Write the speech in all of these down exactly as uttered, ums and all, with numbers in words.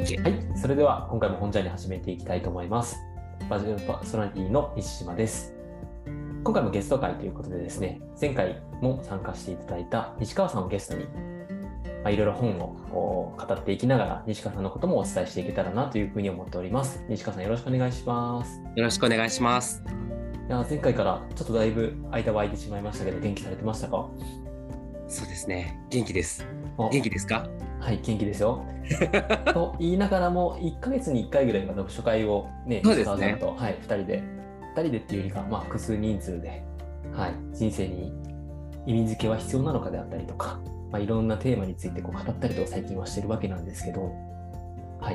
OK。 はい、それでは今回も本ジャーニー始めていきたいと思います。バージョンパーソナリティの西島です。今回もゲスト会ということでですね、前回も参加していただいた西川さんをゲストに、まあ、いろいろ本を語っていきながら西川さんのこともお伝えしていけたらなというふうに思っております。西川さんよろしくお願いします。 よろしくお願いします。 いや前回からちょっとだいぶ間は空いてしまいましたけど、元気されてましたか？ そうですね、元気です。元気ですか？ はい、元気ですよ。と言いながらもいっかげつにいっかいぐらいは読書会をね、西川さんと、はい、ふたりでふたりでっていうよりか、まあ、複数人数で、はい、人生に意味付けは必要なのかであったりとか、まあ、いろんなテーマについてこう語ったりとか最近はしてるわけなんですけど、はい、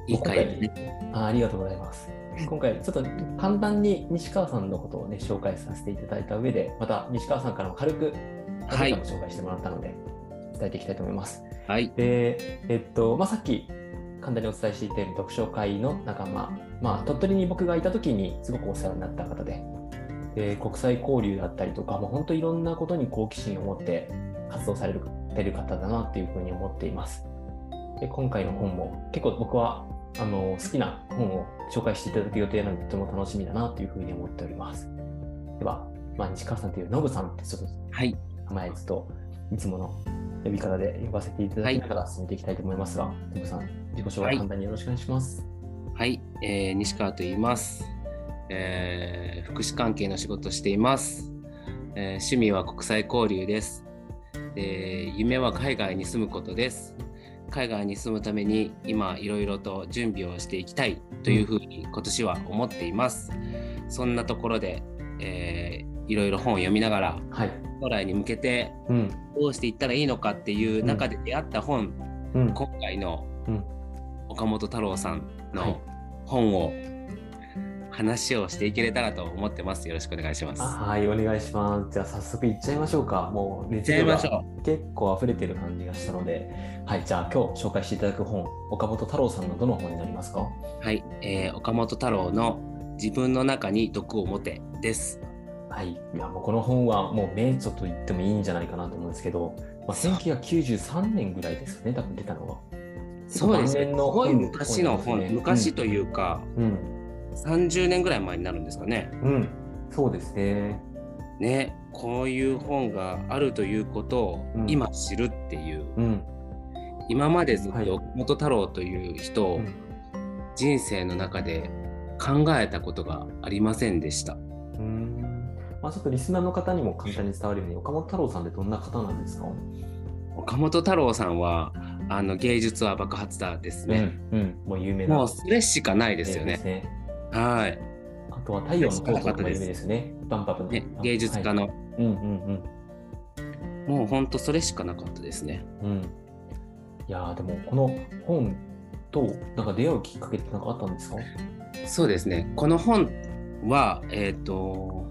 いい回ですね。 あ、ありがとうございます。今回ちょっと簡単に西川さんのことをね紹介させていただいた上で、また西川さんからも軽く何かも紹介してもらったので、はい、伝えていきたいと思います。 はい。 で、えっとまあ、さっき簡単にお伝えしていたように読書会の仲間、まあ、鳥取に僕がいた時にすごくお世話になった方で、で国際交流だったりとか、もう本当いろんなことに好奇心を持って活動されてる方だなっていうふうに思っています。で今回の本も結構僕はあの好きな本を紹介していただく予定なので、とても楽しみだなというふうに思っております。では、まあ、西川さんというノブさんってちょっと名前ずっといつもの呼び方で呼ばせていただきながら進めていきたいと思いますが、ノブさん、自己紹介簡単によろしくお願いします。 はい、はい、えー、西川と言います、えー。福祉関係の仕事をしています。えー、趣味は国際交流です。えー、夢は海外に住むことです。海外に住むために今いろいろと準備をしていきたいというふうに今年は思っています。うん、そんなところで、えー、いろいろ本を読みながら、はい、将来に向けてどうしていったらいいのかっていう中で出会った本、うん、今回の岡本太郎さんの本を話をしていけれたらと思ってます。よろしくお願いします。 はい、お願いします。じゃあ早速いっちゃいましょうか。もう熱量が結構溢れてる感じがしたので、はい、じゃあ今日紹介していただく本、岡本太郎さんのどの本になりますか？ はい、えー、岡本太郎の自分の中に毒を持てです。 はい、いやもうこの本はもう名著と言ってもいいんじゃないかなと思うんですけど、まあ、せんきゅうひゃくきゅうじゅうさんねんぐらいですよね、多分出たのは。 そうですね。すごい昔の本、ね、昔というか、うんうんさんじゅうねんぐらい前になるんですかね。 うん、そうですね。 ね、こういう本があるということを今知るっていう、うん、今までずっと岡本太郎という人を人生の中で考えたことがありませんでした。 うーん、まあ、ちょっとリスナーの方にも簡単に伝わるように、岡本太郎さんってどんな方なんですか？ 岡本太郎さんはあの芸術は爆発だですね。 うん、うん、もう有名な。 もうそれしかないですよね。はい。 あとは太陽の塔とかも有名ですね。万博の、 ね、芸術家の、はい、 うんうんうん。もう本当それしかなかったですね。 うん。いやーでもこの本となんか出会うきっかけって何かあったんですか？ そうですね。この本はえっと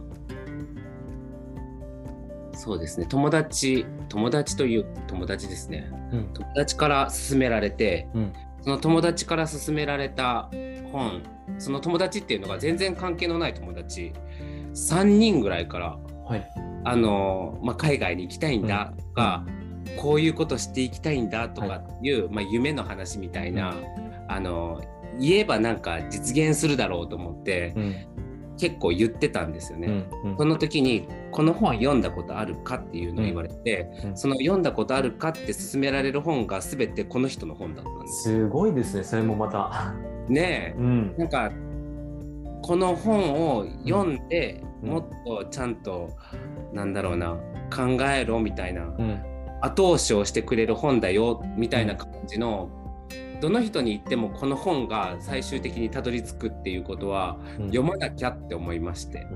そうですね。友達友達という友達ですね。うん、友達から勧められて、うん、その友達から勧められた本、その友達っていうのが全然関係のない友達さんにんぐらいから、はい、あのまあ、海外に行きたいんだとか、うん、こういうことしていきたいんだとかっていう、はい、まあ、夢の話みたいな、うん、あの言えばなんか実現するだろうと思って、うん、結構言ってたんですよね。うんうん、その時にこの本読んだことあるかっていうのを言われて、うんうん、その読んだことあるかって勧められる本が全てこの人の本だったんです。 すごいですね、それもまた。 ねえ、うん、なんかこの本を読んで、うん、もっとちゃんとなんだろうな考えろみたいな、うん、後押しをしてくれる本だよみたいな感じの、うん、どの人に言ってもこの本が最終的にたどり着くっていうことは、うん、読まなきゃって思いまして、うん、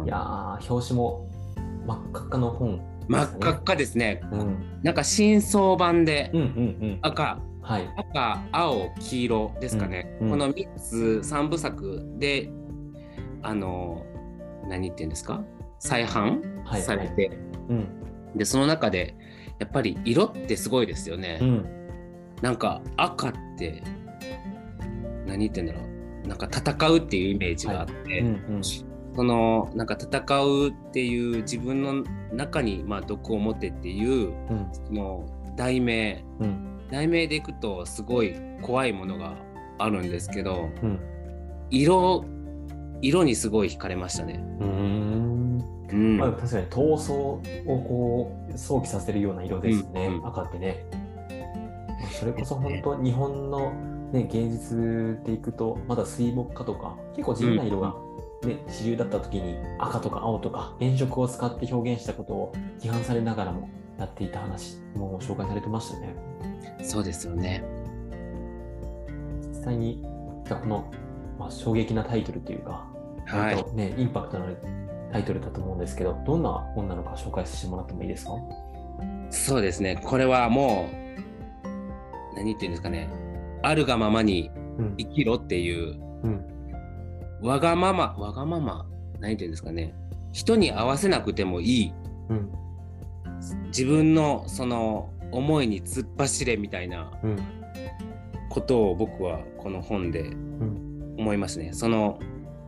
いやー表紙も真っ赤っかの本、ね、 真っ赤っかですね、うん、なんか新装版で赤、うんうんうんはい、赤、青、黄色ですかね、うんうん、このみっつさんぶさくであの何言ってんですか再販、はい、されて、はいうん、でその中でやっぱり色ってすごいですよね、うん、なんか赤って何言ってんだろうなんか戦うっていうイメージがあって、はいうんうん、そのなんか戦うっていう自分の中にまあ毒を持ってっていう、うん、その題名、うん題名でいくとすごい怖いものがあるんですけど、 うん、 色色にすごい惹かれましたね。 うーん、うん、まあ、確かに闘争をこう想起させるような色ですね、うんうん、赤ってね。まあ、それこそ本当日本の、ね、芸術でいくとまだ水墨画とか結構地味な色が、ね、主流だった時に赤とか青とか原色を使って表現したことを批判されながらもやっていた話も紹介されてましたね。 そうですよね。 実際にこの、まあ、衝撃なタイトルというか、はい、ね、インパクトのあるタイトルだと思うんですけど、どんな本なのか紹介させてもらってもいいですか？ そうですね、これはもう何言っていうんですかね、あるがままに生きろっていう、うん、わがままわがまま何言っていうんですかね、人に合わせなくてもいい、うん、自分のその思いに突っ走れみたいなことを僕はこの本で思いますね。その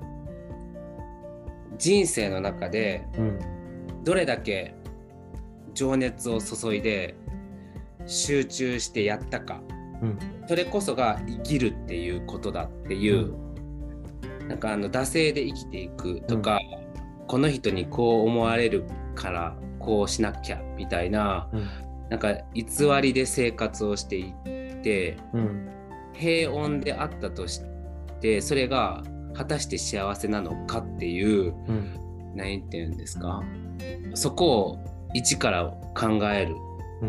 人生の中でどれだけ情熱を注いで集中してやったか、うん、それこそが生きるっていうことだっていう、うん、なんかあの惰性で生きていくとか、うん、この人にこう思われるからこうしなきゃみたいな、うん、なんか偽りで生活をしていって、うん、平穏であったとしてそれが果たして幸せなのかっていう、うん、何て言うんですか、そこを一から考える、うん、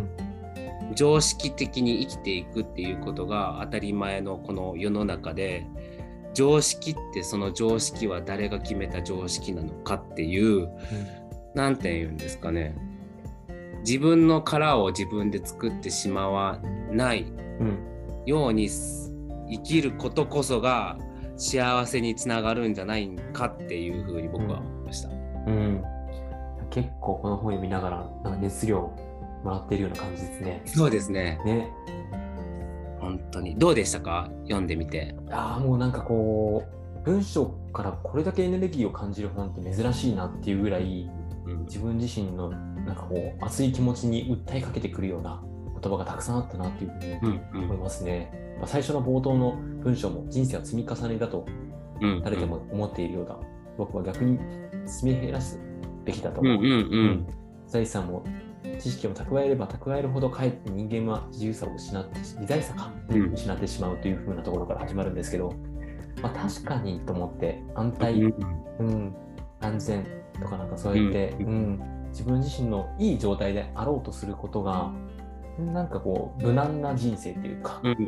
常識的に生きていくっていうことが当たり前のこの世の中で、常識ってその常識は誰が決めた常識なのかっていう、うん、なんて言うんですかね、自分の殻を自分で作ってしまわないように生きることこそが幸せにつながるんじゃないかっていうふうに僕は思いました。うんうん、結構この本読みながらなんか熱量もらっているような感じですね。 そうですね。 ね、 本当にどうでしたか、読んでみて。 ああ、もうなんかこう文章からこれだけエネルギーを感じる本って珍しいなっていうぐらい、うん、自分自身のなんかこう熱い気持ちに訴えかけてくるような言葉がたくさんあったなっていうふうに思いますね。うんうん、まあ、最初の冒頭の文章も人生は積み重ねだと誰でも思っているようだ、うんうん、僕は逆に積み減らすべきだと思う、うんうんうん、財産も知識を蓄えれば蓄えるほどかえって人間は自由さを失って自在さか、うん、失ってしまうという風なところから始まるんですけど、まあ、確かにと思って安泰、うんうん、安全とかなんかそうやって、うんうん、自分自身のいい状態であろうとすることがなんかこう無難な人生というか、うんうんうん、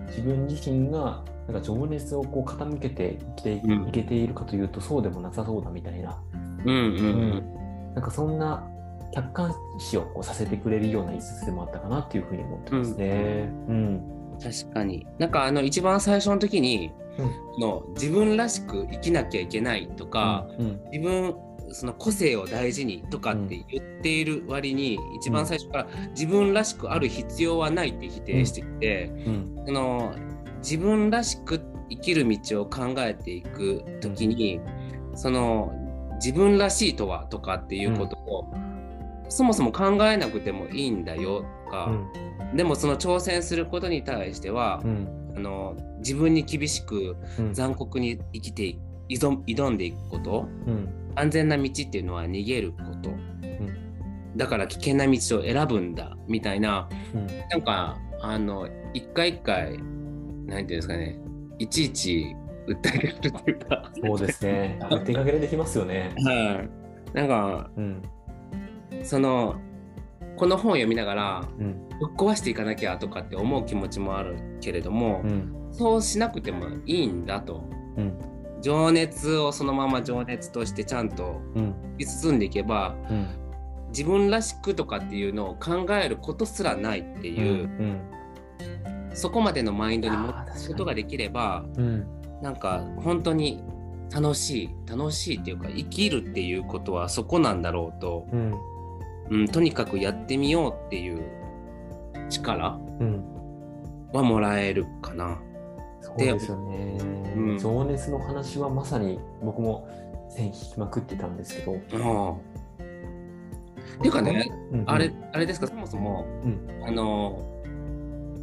自分自身がなんか情熱をこう傾けて生きていけているかというとそうでもなさそうだみたいな、うんうんうん、なんかそんな客観視をこうさせてくれるような一節でもあったかなっていうふうに思ってますね。うんうん、 確かになんかあの一番最初の時に、うん、の自分らしく生きなきゃいけないとか、うんうん、自分その個性を大事にとかって言っている割に、うん、一番最初から自分らしくある必要はないって否定してきて、うんうん、その自分らしく生きる道を考えていく時に、うん、その自分らしいとはとかっていうことを、うん、そもそも考えなくてもいいんだよとか、うん、でもその挑戦することに対しては、うん、あの自分に厳しく残酷に生きて挑、挑んでいくこと、うん、安全な道っていうのは逃げること、うん、だから危険な道を選ぶんだみたいな、うん、なんかあの一回一回なんていうんですかね、いちいち訴えてくるっていうかそうですね、手掛けできますよね。 はい、なんか、うん、そのこの本を読みながら、うん、ぶっ壊していかなきゃとかって思う気持ちもあるけれども、うん、そうしなくてもいいんだと、うん、情熱をそのまま情熱としてちゃんと突き進んでいけば、うん、自分らしくとかっていうのを考えることすらないっていう、うんうん、そこまでのマインドに持つことができれば、うん、なんか本当に楽しい楽しいっていうか生きるっていうことはそこなんだろうと、うんうん、とにかくやってみようっていう力はもらえるかな。 そうですよね、うん、情熱の話はまさに僕も線引きまくってたんですけど、ああっていうかね、うんうん、あれあれですか、そもそも、うん、あの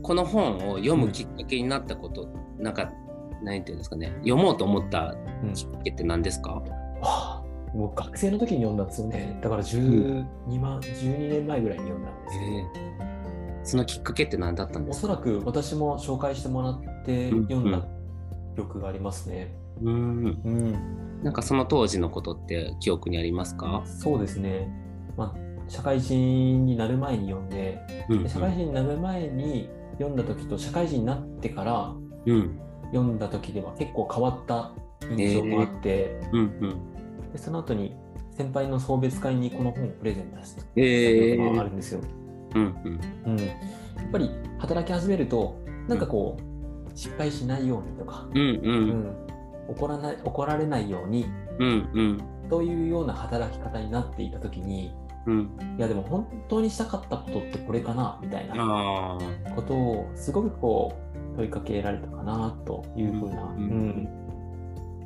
この本を読むきっかけになったこと、うん、なんか何ていうんですかね、読もうと思ったきっかけって何ですか？ うん、はあ、もう学生の時に読んだんですよね。だからじゅうにまん、じゅうにねんまえぐらいに読んだんですけど、えー、そのきっかけって何だったんですか？ おそらく私も紹介してもらって読んだ記憶がありますね。 うん、うんうん、なんかその当時のことって記憶にありますか？ そうですね、まあ、社会人になる前に読んで、うんうん、で社会人になる前に読んだ時と社会人になってから読んだ時では結構変わった印象もあって、えーうんうん、でその後に先輩の送別会にこの本をプレゼントしたことがあるんですよ。えーうんうんうん、やっぱり働き始めるとなんかこう、うん、失敗しないようにとか、うんうんうん、怒らない、怒られないように、うんうん、というような働き方になっていた時に、うん、いやでも本当にしたかったことってこれかなみたいなことをすごくこう問いかけられたかなというふうな、うんうん、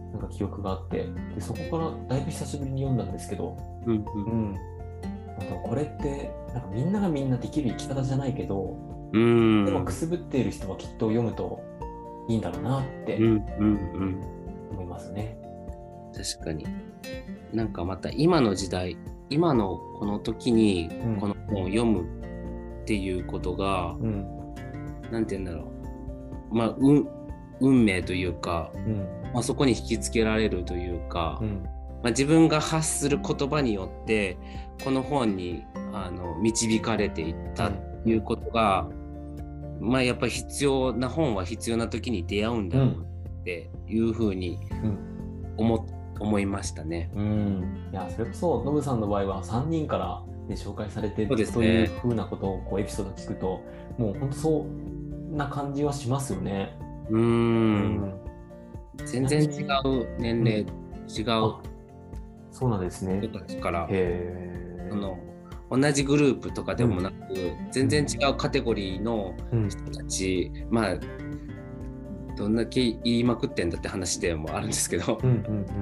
なんか記憶があって、でそこからだいぶ久しぶりに読んだんですけど、うんうんうん、あとこれってなんかみんながみんなできる生き方じゃないけど、うん、でもくすぶっている人はきっと読むといいんだろうなって思いますね。 確かに。なんかまた今の時代、今のこの時にこの本を読むっていうことが、うん、なんて言うんだろう、まあ、運、運命というか、うんまあ、そこに引きつけられるというか、うんまあ、自分が発する言葉によってこの本にあの導かれていったということが、うんまあ、やっぱり必要な本は必要な時に出会うんだろうっていうふうに思って、うん思いましたね。 うん、いやそれこそノブさんの場合はさんにんから、ね、紹介されてる、ね、というふうなことをこうエピソード聞くともう本当そんな感じはしますよね。 うん、うん、全然違う年齢、うん、違うそうなんですね。 人たちからその同じグループとかでもなく、うん、全然違うカテゴリーの人たち、うん、まあどんだけ言いまくってんだって話でもあるんですけど、うんうんうん、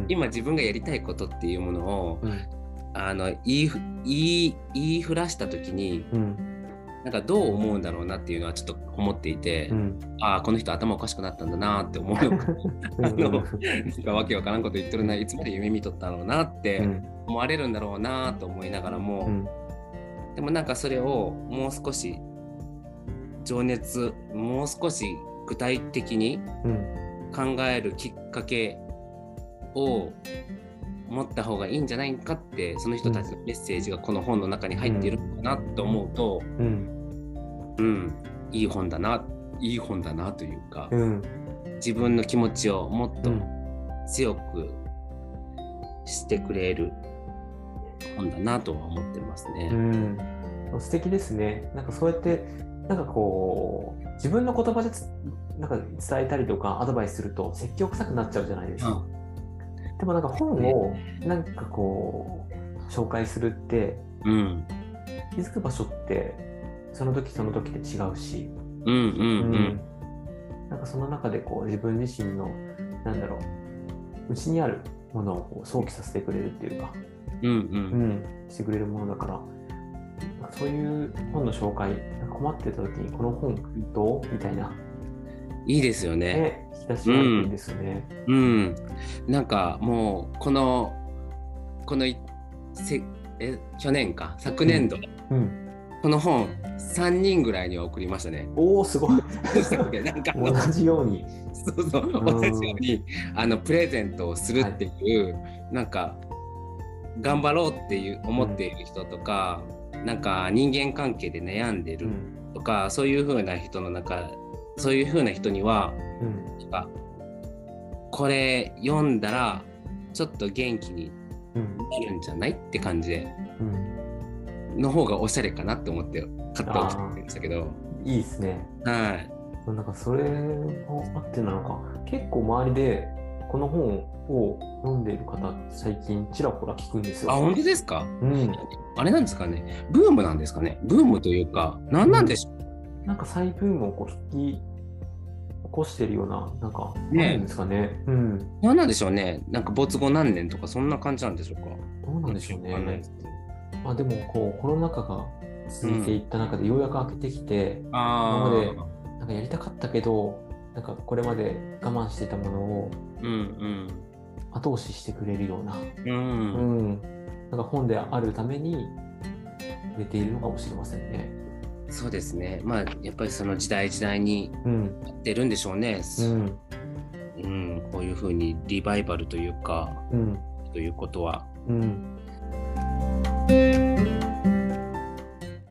今自分がやりたいことっていうものを、うん、あの言い、言い、言いふらした時に、うん、なんかどう思うんだろうなっていうのはちょっと思っていて、うん、ああこの人頭おかしくなったんだなって思うあのなんかわけわからんこと言ってるな、いつまで夢見とったのなって思われるんだろうなと思いながらも、うん、でもなんかそれをもう少し情熱もう少し具体的に考えるきっかけを持った方がいいんじゃないかって、その人たちのメッセージがこの本の中に入っているのかなと思うと、うん、うん、いい本だな、いい本だなというか、うん、自分の気持ちをもっと強くしてくれる本だなとは思ってますね。 うん、素敵ですね。なんかそうやってなんかこう自分の言葉でなんか伝えたりとかアドバイスすると説教臭くなっちゃうじゃないですか。うん、でもなんか本をなんかこう紹介するって、うん、気づく場所ってその時その時で違うし、うんうんうんうん、なんかその中でこう自分自身のなんだろう内にあるものをこう想起させてくれるっていうか、うんうんうん、してくれるものだから。そういう本の紹介、困ってた時にこの本どうみたいな。 いいですよね。 ね、引き出しがあるといいですよね。 うん、うん、なんかもうこのこのせえ去年か昨年度、うんうん、この本さんにんぐらいには送りましたね。 おおすごい。 なんか同じように。 そうそう、同じようにあのプレゼントをするっていう、はい、なんか頑張ろうっていう思っている人とか。うんなんか人間関係で悩んでるとか、うん、そういう風な人の中そういう風な人には、うん、なんかこれ読んだらちょっと元気になるんじゃないって感じで、うん、の方がおしゃれかなって思って買っておきましたけど。 いいですね。 はい。 なんかそれもあってなのか結構周りでこの本を読んでいる方最近ちらほら聞くんですよ。 あ、本当ですか？うん。あれなんですかね。ブームなんですかね。ブームというか何なんでしょう。 うん、なんか再ブームをこう引き起こしてるようななんかあるんですかね。ねうん。 何なんでしょうね。なんか没後何年とかそんな感じなんでしょうか。 どうなんでしょうね。まあでもこうコロナ禍が続いていった中でようやく開けてきて、うん、今までなんかやりたかったけど、なんかこれまで我慢してたものを後押ししてくれるような、うんうん、なんか本であるために出ているのかもしれませんね。 そうですね。まあやっぱりその時代時代に出るんでしょうね。うんうん、こういうふうにリバイバルというか、うん、ということは。うん